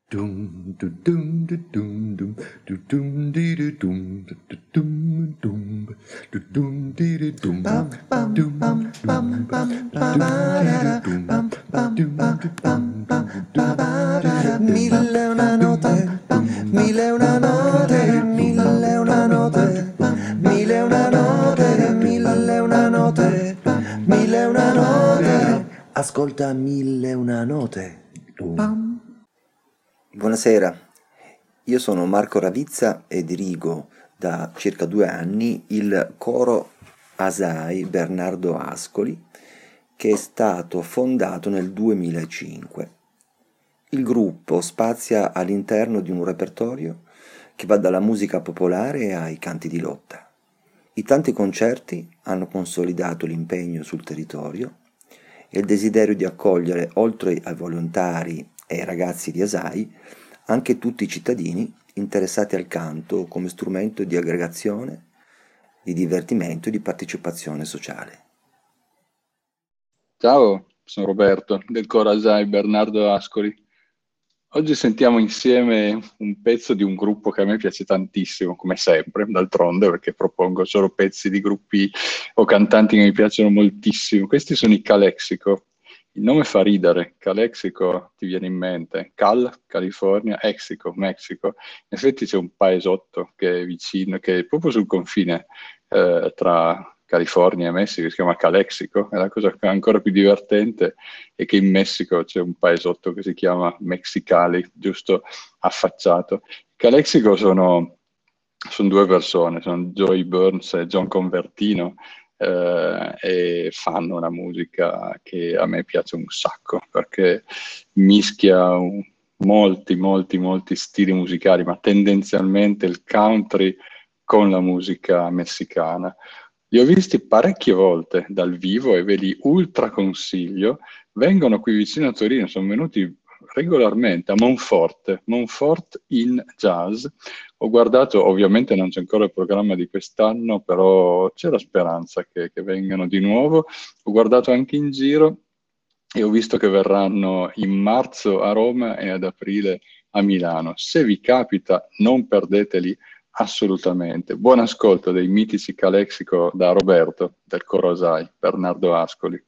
Dum dum dum dum dum dum dum dum dum dum dum dum Bam bam dum bam bam bam ba-ba-da-da. Bam bam bam bam bam ba-ba-da-da. Mille e una note, mille e una note, mille e una note, mille e una note, mille e una note, mille e una note. Ascolta mille e una note. Bam. Buonasera, io sono Marco Ravizza e dirigo da circa 2 anni il coro Asai Bernardo Ascoli, che è stato fondato nel 2005. Il gruppo spazia all'interno di un repertorio che va dalla musica popolare ai canti di lotta. I tanti concerti hanno consolidato l'impegno sul territorio e il desiderio di accogliere, oltre ai volontari e ai ragazzi di Asai, anche tutti i cittadini interessati al canto come strumento di aggregazione, di divertimento e di partecipazione sociale. Ciao, sono Roberto del coro Asai Bernardo Ascoli. Oggi sentiamo insieme un pezzo di un gruppo che a me piace tantissimo, come sempre, d'altronde, perché propongo solo pezzi di gruppi o cantanti che mi piacciono moltissimo. Questi sono i Calexico. Il nome fa ridere, Calexico ti viene in mente, California, Exico, Messico. In effetti c'è un paesotto che è vicino, che è proprio sul confine tra California e Messico, che si chiama Calexico. E la cosa ancora più divertente è che in Messico c'è un paesotto che si chiama Mexicali, giusto affacciato. Calexico sono 2 persone, sono Joey Burns e John Convertino, e fanno una musica che a me piace un sacco perché mischia molti stili musicali, ma tendenzialmente il country con la musica messicana. Li ho visti parecchie volte dal vivo e ve li ultra consiglio. Vengono qui vicino a Torino, sono venuti regolarmente a Monforte in Jazz. Ho guardato, ovviamente non c'è ancora il programma di quest'anno, però c'è la speranza che vengano di nuovo. Ho guardato anche in giro e ho visto che verranno in marzo a Roma e ad aprile a Milano. Se vi capita, non perdeteli assolutamente. Buon ascolto dei mitici Calexico da Roberto del coro Asai Bernardo Ascoli.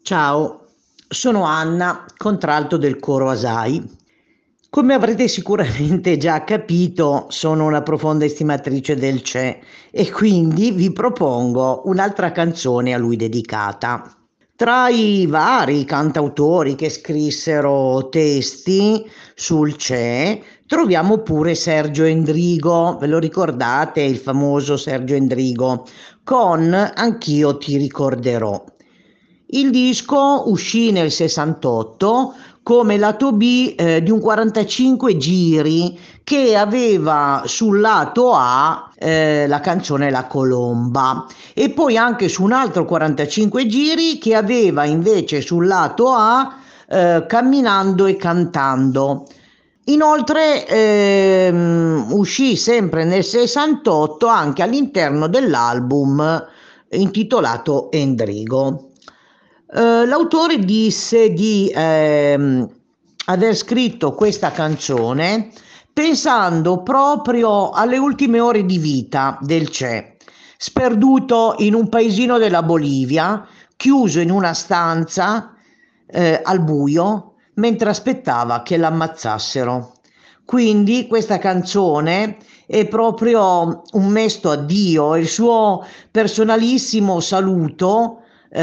Ciao, sono Anna, contralto del coro Asai. Come avrete sicuramente già capito, sono una profonda estimatrice del Che e quindi vi propongo un'altra canzone a lui dedicata. Tra i vari cantautori che scrissero testi sul Che, troviamo pure Sergio Endrigo, ve lo ricordate, il famoso Sergio Endrigo, con Anch'io ti ricorderò. Il disco uscì nel 68 come lato B di un 45 giri che aveva sul lato A la canzone La Colomba e poi anche su un altro 45 giri che aveva invece sul lato A Camminando e cantando. Inoltre uscì sempre nel 68 anche all'interno dell'album intitolato Endrigo. L'autore disse di aver scritto questa canzone pensando proprio alle ultime ore di vita del Che, sperduto in un paesino della Bolivia, chiuso in una stanza al buio mentre aspettava che l'ammazzassero. Quindi questa canzone è proprio un mesto addio, il suo personalissimo saluto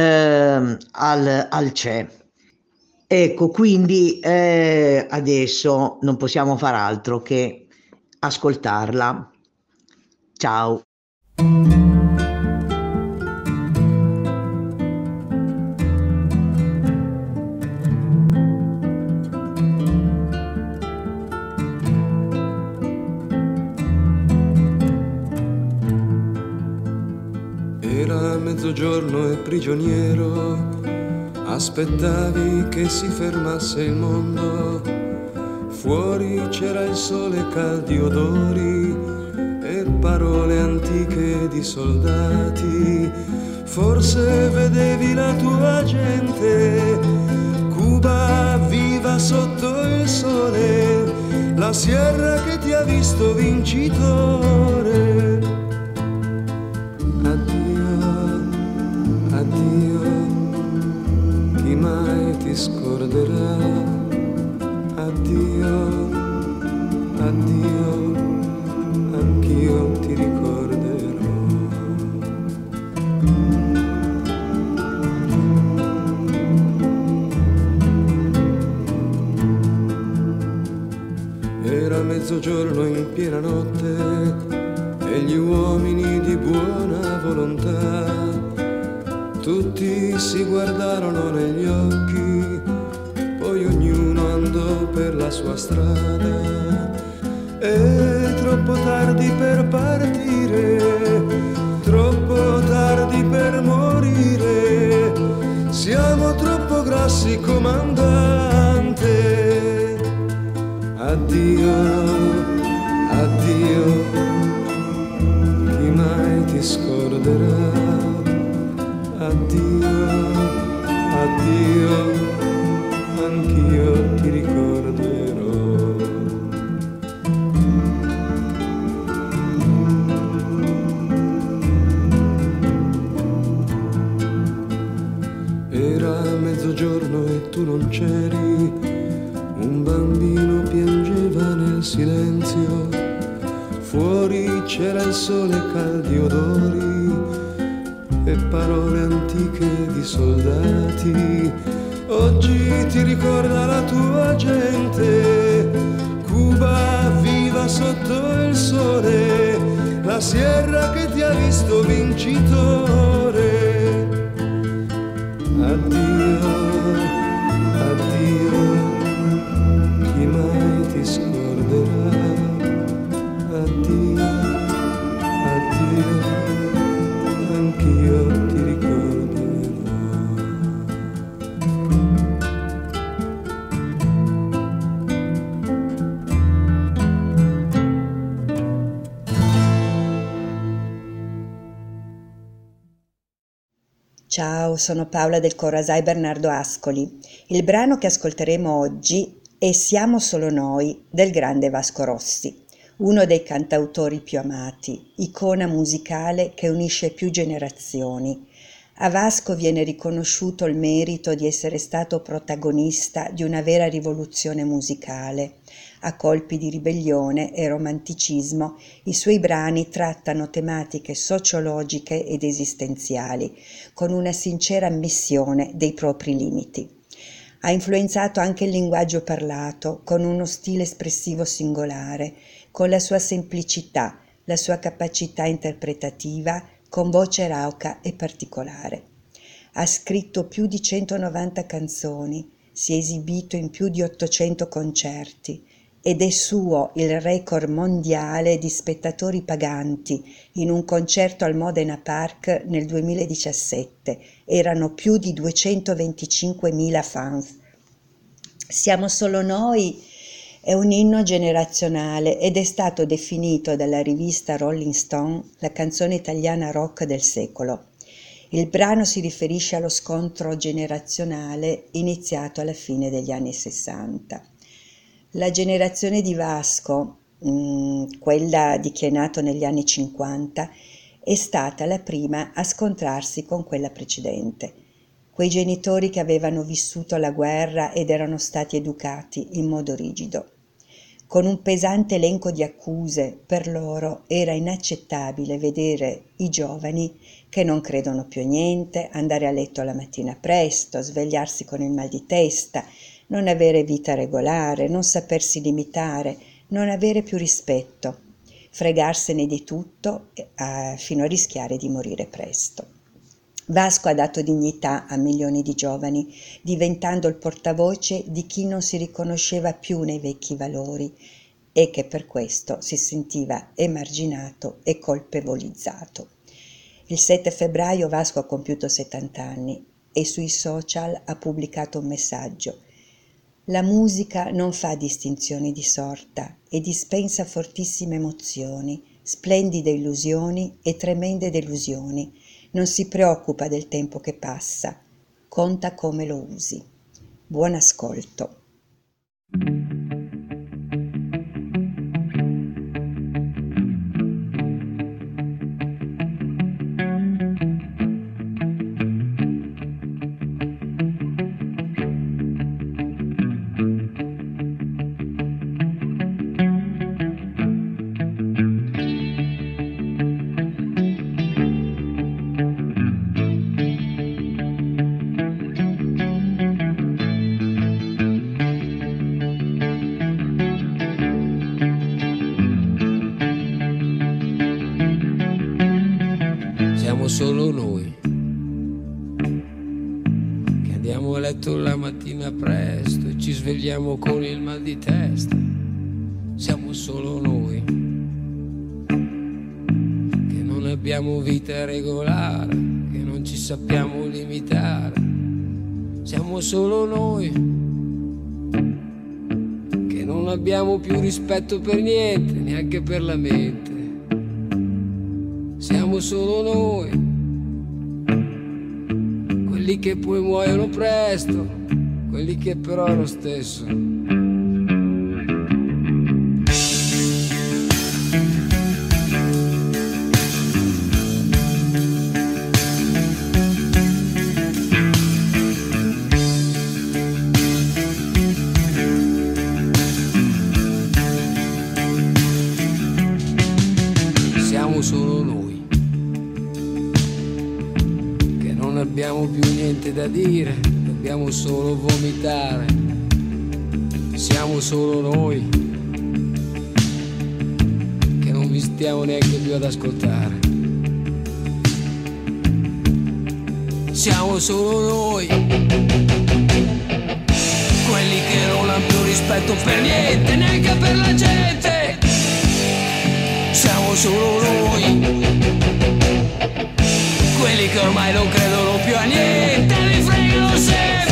al Che. Ecco, quindi adesso non possiamo far altro che ascoltarla. Ciao. Era mezzogiorno e prigioniero, aspettavi che si fermasse il mondo. Fuori c'era il sole, caldi odori e parole antiche di soldati. Forse vedevi la tua gente, Cuba viva sotto il sole, la sierra che ti ha visto vincitore. Addio, chi mai ti scorderà? Addio, anch'io ti ricorderò. Era mezzogiorno in piena notte e gli uomini di buona volontà tutti si guardarono negli occhi, poi ognuno andò per la sua strada. È troppo tardi per partire, troppo tardi per morire, siamo troppo grassi, comandante. Addio, chi mai ti scorderà? Addio, anch'io ti ricorderò. Era mezzogiorno e tu non c'eri, un bambino piangeva nel silenzio, fuori c'era il sole, caldi odori e parole antiche di soldati. Oggi ti ricorda la tua gente, Cuba viva sotto il sole, la sierra che ti ha visto vincitore. Addio, chi mai ti scorderà? Addio, anch'io ti ricorderò. Ciao, sono Paola del coro Asai Bernardo Ascoli. Il brano che ascolteremo oggi è Siamo solo noi del grande Vasco Rossi, uno dei cantautori più amati, icona musicale che unisce più generazioni. A Vasco viene riconosciuto il merito di essere stato protagonista di una vera rivoluzione musicale. A colpi di ribellione e romanticismo, i suoi brani trattano tematiche sociologiche ed esistenziali, con una sincera ammissione dei propri limiti. Ha influenzato anche il linguaggio parlato, con uno stile espressivo singolare, con la sua semplicità, la sua capacità interpretativa, con voce rauca e particolare. Ha scritto più di 190 canzoni, si è esibito in più di 800 concerti ed è suo il record mondiale di spettatori paganti in un concerto al Modena Park nel 2017. Erano più di 225.000 fans. Siamo solo noi è un inno generazionale ed è stato definito dalla rivista Rolling Stone la canzone italiana rock del secolo. Il brano si riferisce allo scontro generazionale iniziato alla fine degli anni 60. La generazione di Vasco, quella di chi è nato negli anni 50, è stata la prima a scontrarsi con quella precedente. Quei genitori che avevano vissuto la guerra ed erano stati educati in modo rigido. Con un pesante elenco di accuse, per loro era inaccettabile vedere i giovani che non credono più a niente, andare a letto la mattina presto, svegliarsi con il mal di testa, non avere vita regolare, non sapersi limitare, non avere più rispetto, fregarsene di tutto fino a rischiare di morire presto. Vasco ha dato dignità a milioni di giovani, diventando il portavoce di chi non si riconosceva più nei vecchi valori e che per questo si sentiva emarginato e colpevolizzato. Il 7 febbraio Vasco ha compiuto 70 anni e sui social ha pubblicato un messaggio. La musica non fa distinzioni di sorta e dispensa fortissime emozioni, splendide illusioni e tremende delusioni. Non si preoccupa del tempo che passa, conta come lo usi. Buon ascolto. Solo noi che andiamo a letto la mattina presto e ci svegliamo con il mal di testa. Siamo solo noi che non abbiamo vita regolare, che non ci sappiamo limitare. Siamo solo noi che non abbiamo più rispetto per niente, neanche per la mente. Siamo solo noi, quelli che poi muoiono presto, quelli che però è lo stesso. Siamo solo noi non abbiamo più niente da dire, dobbiamo solo vomitare. Siamo solo noi che non vi stiamo neanche più ad ascoltare. Siamo solo noi quelli che non hanno più rispetto per niente, neanche per la gente. Siamo solo noi quelli che ormai non credono più a niente, li fregano sempre.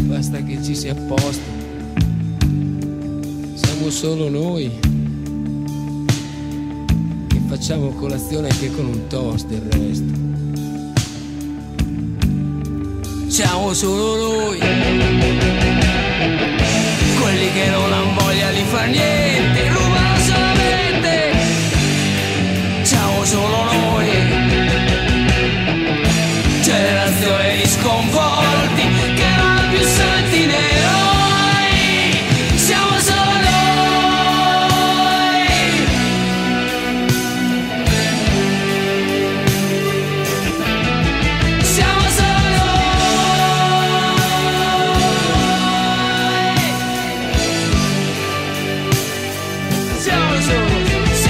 basta che ci sia posto. Siamo solo noi che facciamo colazione anche con un toast del resto. Siamo solo noi, quelli che non hanno voglia di far niente, rubano solamente. Siamo solo noi, generazione di sconvolti che non ha più santi né eroi. Siamo solo noi. Siamo solo noi. Siamo solo noi.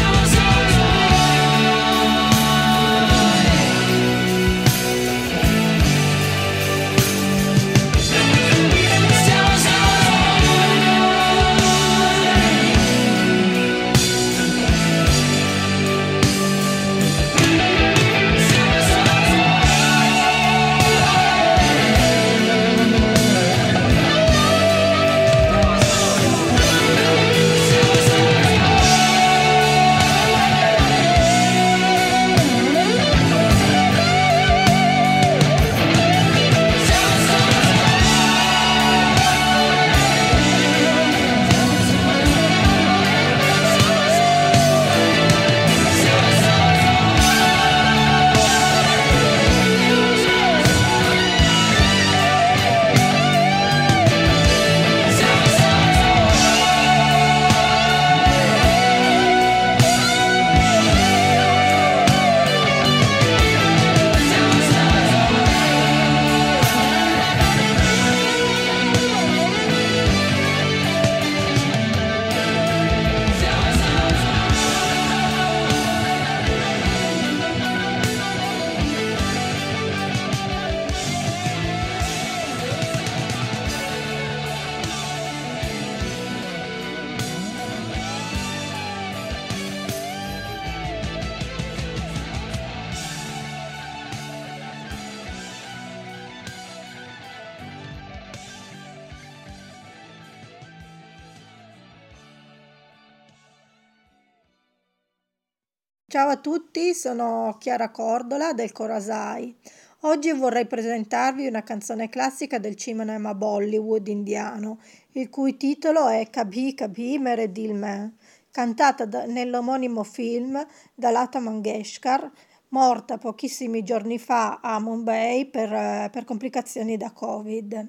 Ciao a tutti, sono Chiara Cordola del Coro Asai. Oggi vorrei presentarvi una canzone classica del cinema Bollywood indiano, il cui titolo è Kabhi Kabhi Mere Dil Mein, cantata nell'omonimo film da Lata Mangeshkar, morta pochissimi giorni fa a Mumbai per complicazioni da Covid.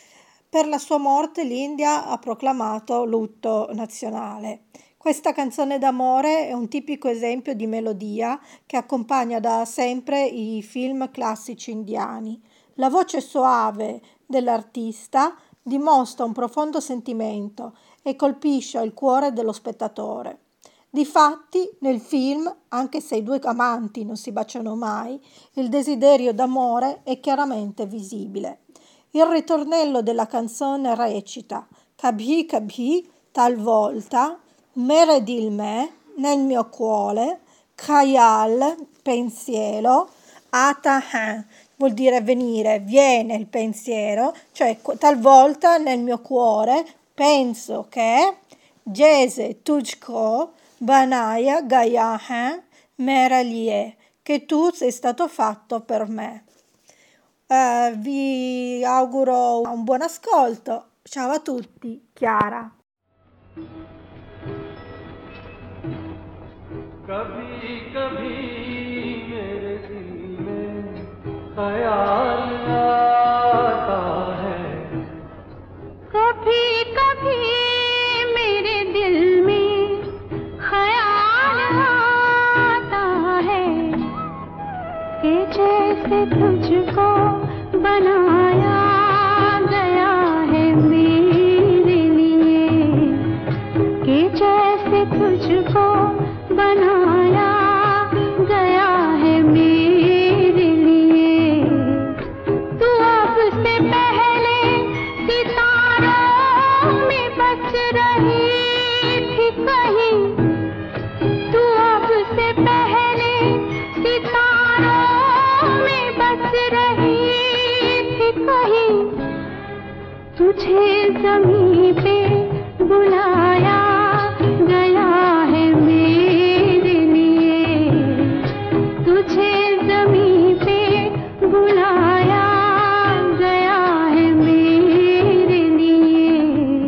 Per la sua morte l'India ha proclamato lutto nazionale. Questa canzone d'amore è un tipico esempio di melodia che accompagna da sempre i film classici indiani. La voce soave dell'artista dimostra un profondo sentimento e colpisce il cuore dello spettatore. Difatti, nel film, anche se i due amanti non si baciano mai, il desiderio d'amore è chiaramente visibile. Il ritornello della canzone recita Kabhi Kabhi, talvolta, Mere Dil Mein, nel mio cuore, Khayal, pensiero, Ata hai, vuol dire venire, viene il pensiero, cioè talvolta nel mio cuore penso che Jaise tujhko banaya gaya hai mera liye, che tu sei stato fatto per me. Vi auguro un buon ascolto. Ciao a tutti, Chiara. कभी कभी मेरे दिल में ख्याल आता है कभी कभी मेरे दिल में ख्याल आता है कि जैसे तुझको बनाया गया है मेरे लिए कि जैसे तुझको बनाया गया है मेरे लिए तुझे ज़मीं पे बुलाया गया है मेरे लिए, तुझे ज़मीं पे बुलाया गया है मेरे लिए।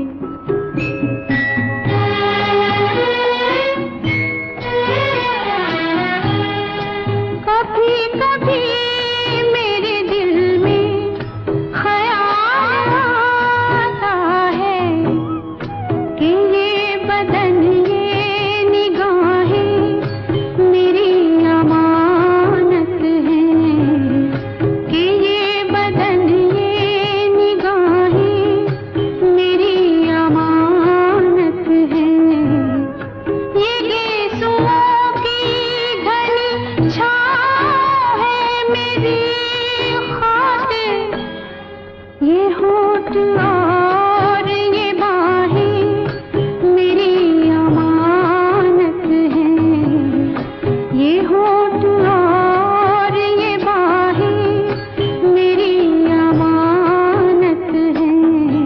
कभी कभी मेरे दिल में ख्याल आता है कि ये बदन ये निगाहें मेरी अमानत हैं, कि ये बदन ये निगाहें मेरी अमानत हैं। ये गेसुओं की घनी छाँव है मेरी खातिर, ये होठ और ये बाहें मेरी अमानत हैं, ये होठ और ये बाहें मेरी अमानत हैं।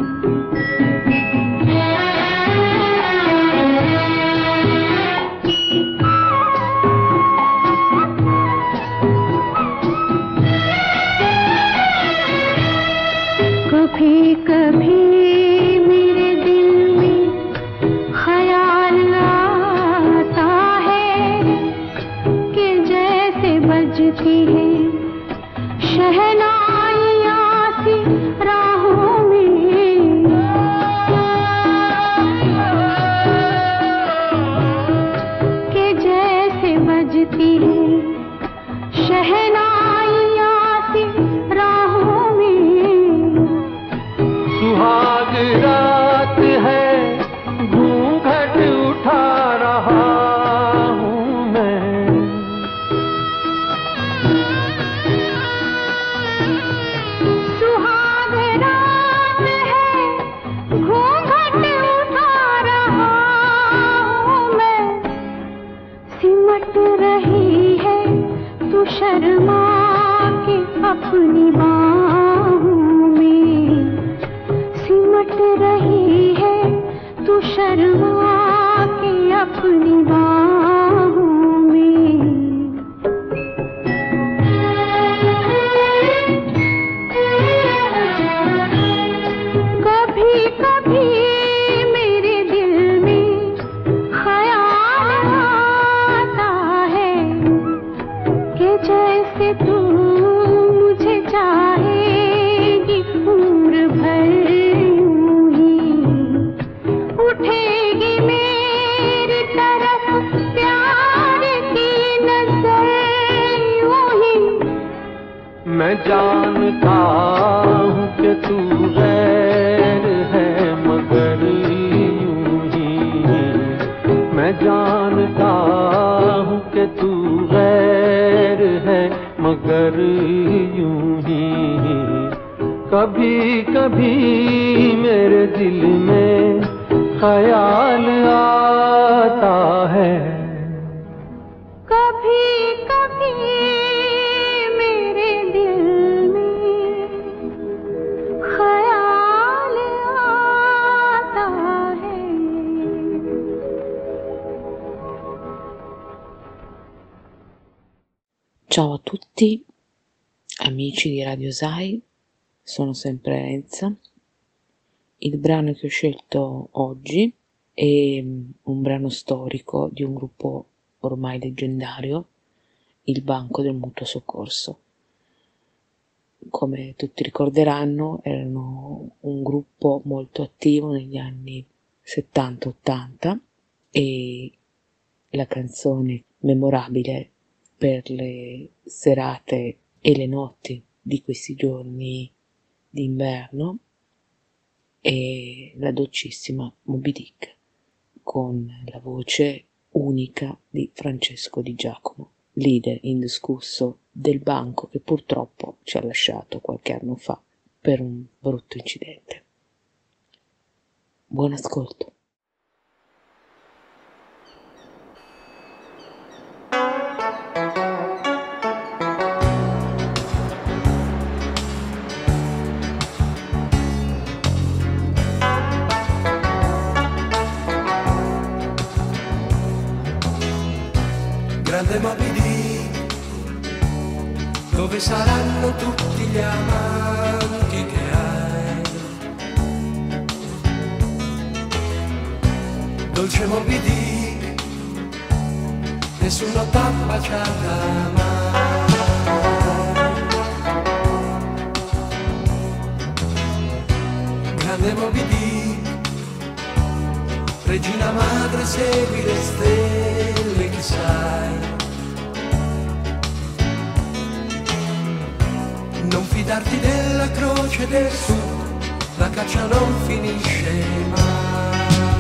कभी कभी मेरे दिल में ख्याल आता है कि जैसे बजती है शहनाइयाँ सी राहों में, कि जैसे बजती है शहनाइयाँ सी राहों में। सुहाग रात है, घूंघट उठा रहा हूँ मैं, सुहाग रात है, घूंघट उठा रहा हूँ मैं। सिमट रही है तू शर्मा के अपनी बाहों में, सिमट रही है तू शर्मा के अपनी बाहों में। कभी कभी मेरे दिल में ख्याल आता है कि जैसे तू मुझे चाहेगी उम्र भर यूं ही, उठेगी मेरी तरफ प्यार की नजर यूं ही। मैं जानता हूँ कि तू गैर है मगर यूं ही, मैं जानता हूँ कि तू गैर है मगर यूं ही। कभी कभी मेरे दिल में ख्याल आता है, कभी कभी मेरे दिल में ख्याल आता है। Ciao a tutti, amici di Radio Sai, sono sempre Enza. Il brano che ho scelto oggi è un brano storico di un gruppo ormai leggendario, il Banco del Mutuo Soccorso. Come tutti ricorderanno, erano un gruppo molto attivo negli anni 70-80 e la canzone memorabile per le serate e le notti di questi giorni d'inverno è la dolcissima Moby Dick, con la voce unica di Francesco Di Giacomo, leader indiscusso del banco che purtroppo ci ha lasciato qualche anno fa per un brutto incidente. Buon ascolto. grande Moby Dick, dove saranno tutti gli amanti che hai. Dolce Moby Dick, nessuno t'ha baciata mai. Grande Moby Dick, regina madre, segui le stelle che sai. Non fidarti della croce del sud, la caccia non finisce mai.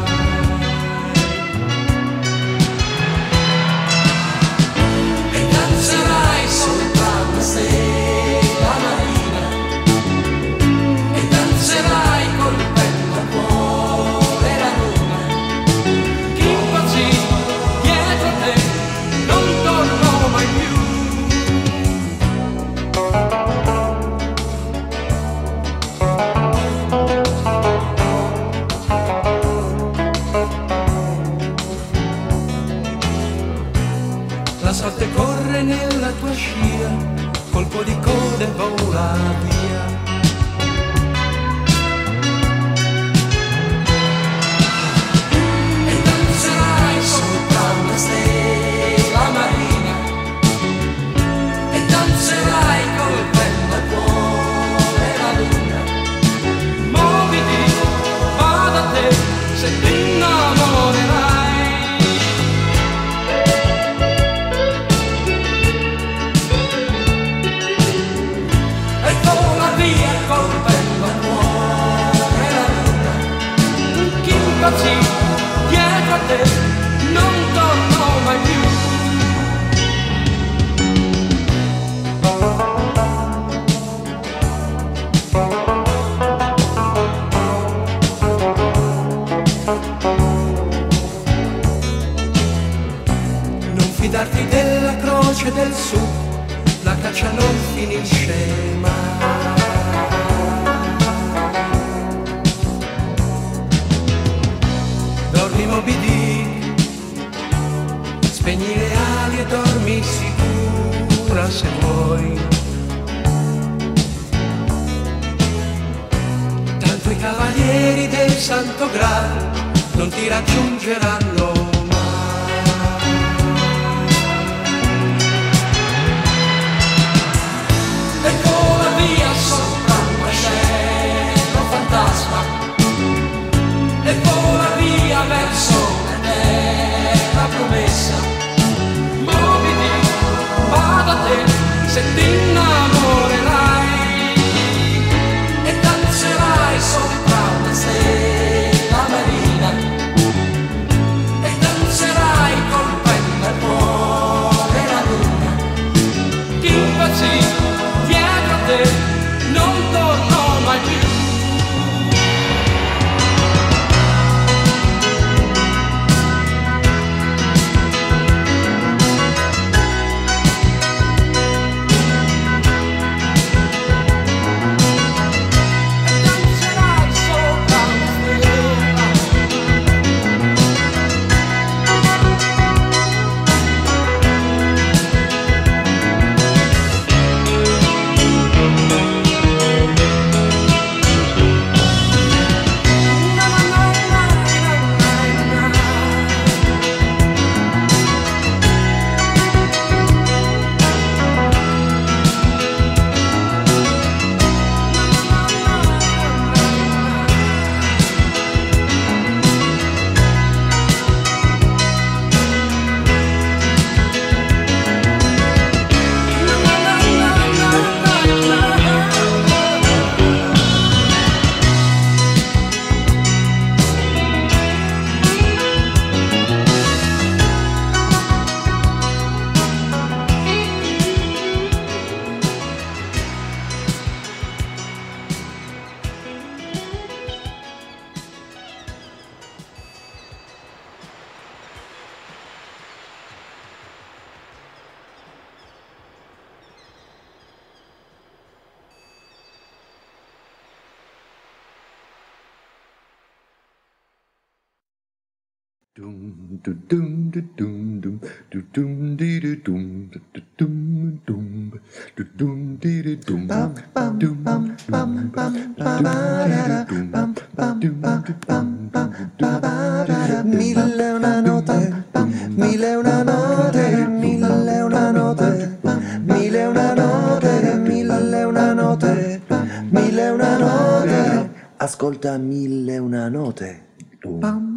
E danzerai sopra una stella marina, e danzerai col petto a cuore la luna. Chi impazzì dietro a te non tornò mai più. La sorte corre nella tua scia, colpo di coda e vola via. E danzerai sopra una stella marina, e danzerai col vento a cuore la luna. Muoviti, va da te, se ti innamorerai. E vola via col vento a cuore la luna. Chi impazzì dietro a te non tornò mai più. Non fidarti della croce del sud, la caccia non finisce mai. Dormi Moby Dick, spegni le ali e dormi sicura se vuoi. Tanto i cavalieri del Santo Graal non ti raggiungeranno mai. E vola via sopra un vascello fantasma, e vola via verso la terra promessa. Muoviti, va da te, se ti innamorerai. E danzerai sopra una stella marina, Dum dum dum dum dum dum dum dum dum dum dum dum Pam pam pam pam pam pabarara, pam pam pam pam pam pabarara. Mille e una note, mille e una note, mille e una note, mille e una note, mille e una note, mille e una note. Ascolta mille e una note. Pam